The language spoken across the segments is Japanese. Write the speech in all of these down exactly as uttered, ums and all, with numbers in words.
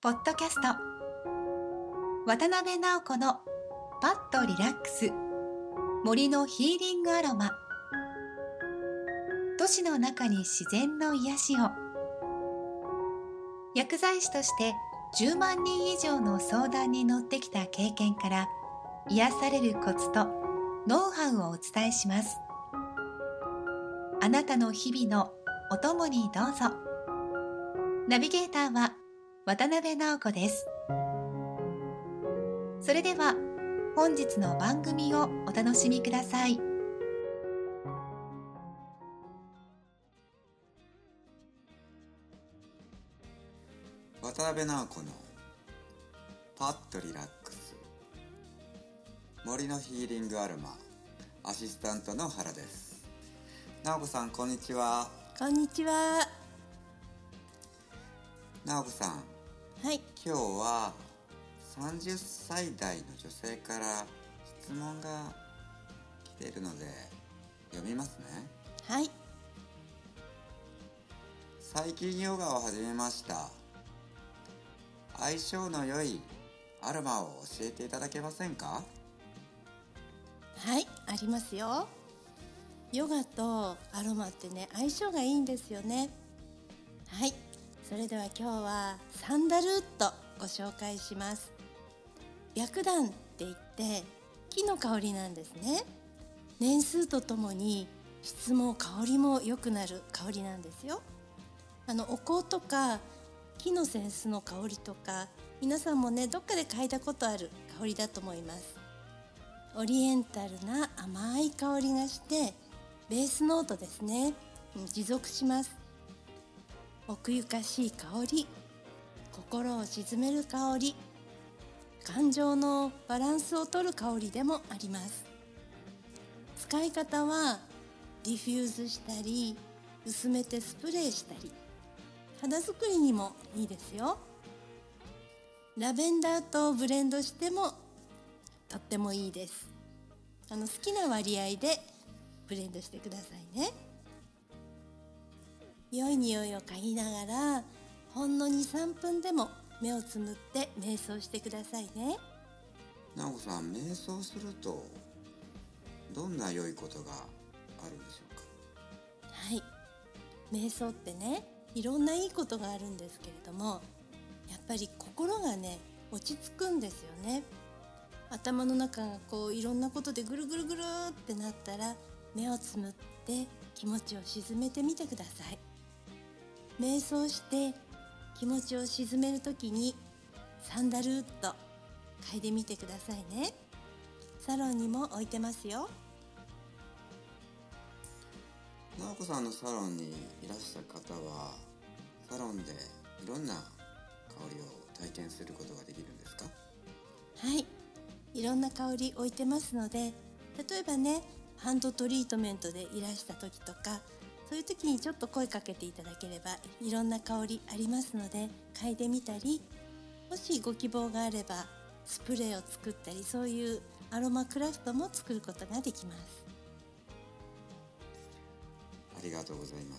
ポッドキャスト渡辺直子のパッとリラックス森のヒーリングアロマ。都市の中に自然の癒しを。薬剤師としてじゅうまんにん以上の相談に乗ってきた経験から癒されるコツとノウハウをお伝えします。あなたの日々のお供にどうぞ。ナビゲーターは渡辺直子です。それでは本日の番組をお楽しみください。 渡辺直子のパッとリラックス森のヒーリングアロマアシスタントの原です。直子さん、こんにちは。 こんにちは。 直子さん、 はい、 今日はさんじゅっさい代の女性から質問が来ているので読みますね。 はい。 最近ヨガを始めました。相性の良いアロマを教えていただけませんか？ はい、ありますよ。ヨガとアロマってね、相性がいいんですよね。はい、それでは今日はサンダルウッドご紹介します。白檀って言って木の香りなんですね。年数とともに質も香りも良くなる香りなんですよ。あのお香とか木の扇子の香りとか、皆さんもねどっかで嗅いだことある香りだと思います。オリエンタルな甘い香りがしてベースノートですね、持続します。奥ゆかしい香り、心を静める香り、感情のバランスを取る香りでもあります。使い方はディフューズしたり薄めてスプレーしたり、肌作りにもいいですよ。ラベンダーとブレンドしてもとってもいいです。あの好きな割合でブレンドしてくださいね。良い匂いを嗅ぎながらほんの にさんぷんでも目をつむって瞑想してくださいね。 直子さん、瞑想するとどんな良いことがあるんでしょうか？ はい、瞑想ってね、いろんないいことがあるんですけれども、やっぱり心がね落ち着くんですよね。頭の中がこういろんなことでぐるぐるぐるってなったら、目をつむって気持ちを沈めてみてください。瞑想して気持ちを沈めるときにサンダルウッド嗅いでみてくださいね。サロンにも置いてますよ。 直子さんのサロンにいらした方は、サロンでいろんな香りを体験することができるんですか？ はい、いろんな香り置いてますので、例えばねハンドトリートメントでいらした時とか、そういう時にちょっと声かけていただければいろんな香りありますので嗅いでみたり、もしご希望があればスプレーを作ったり、そういうアロマクラフトも作ることができます。 ありがとうございます。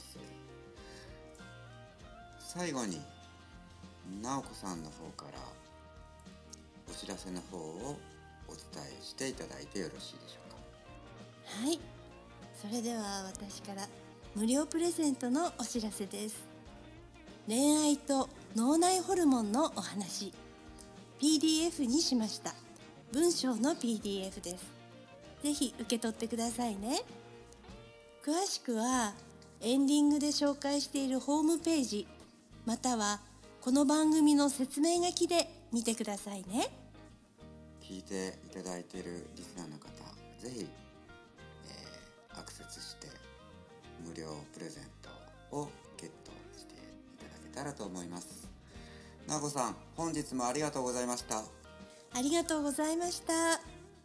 最後に直子さんの方からお知らせの方をお伝えしていただいてよろしいでしょうか？ はい、それでは私から無料プレゼントのお知らせです。恋愛と脳内ホルモンのお話、 ピーディーエフ にしました。文章の ピーディーエフ です。ぜひ受け取ってくださいね。詳しくはエンディングで紹介しているホームページ、またはこの番組の説明書きで見てくださいね。 聞いていただいているリスナーの方、ぜひ、えー、アクセスして無料プレゼントをゲットしていただけたらと思います。直子さん、本日もありがとうございました。 ありがとうございました。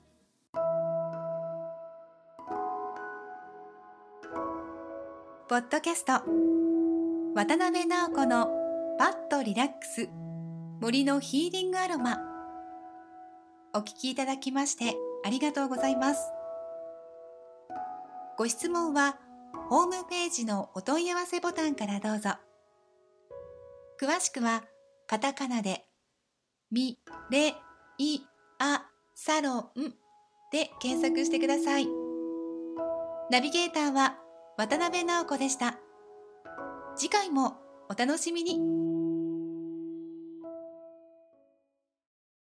ポッドキャスト渡辺直子のパッとリラックス森のヒーリングアロマ。お聞きいただきましてありがとうございます。ご質問はホームページのお問い合わせボタンからどうぞ。詳しくはカタカナでみれいあサロンで検索してください。ナビゲーターは渡辺直子でした。次回もお楽しみに。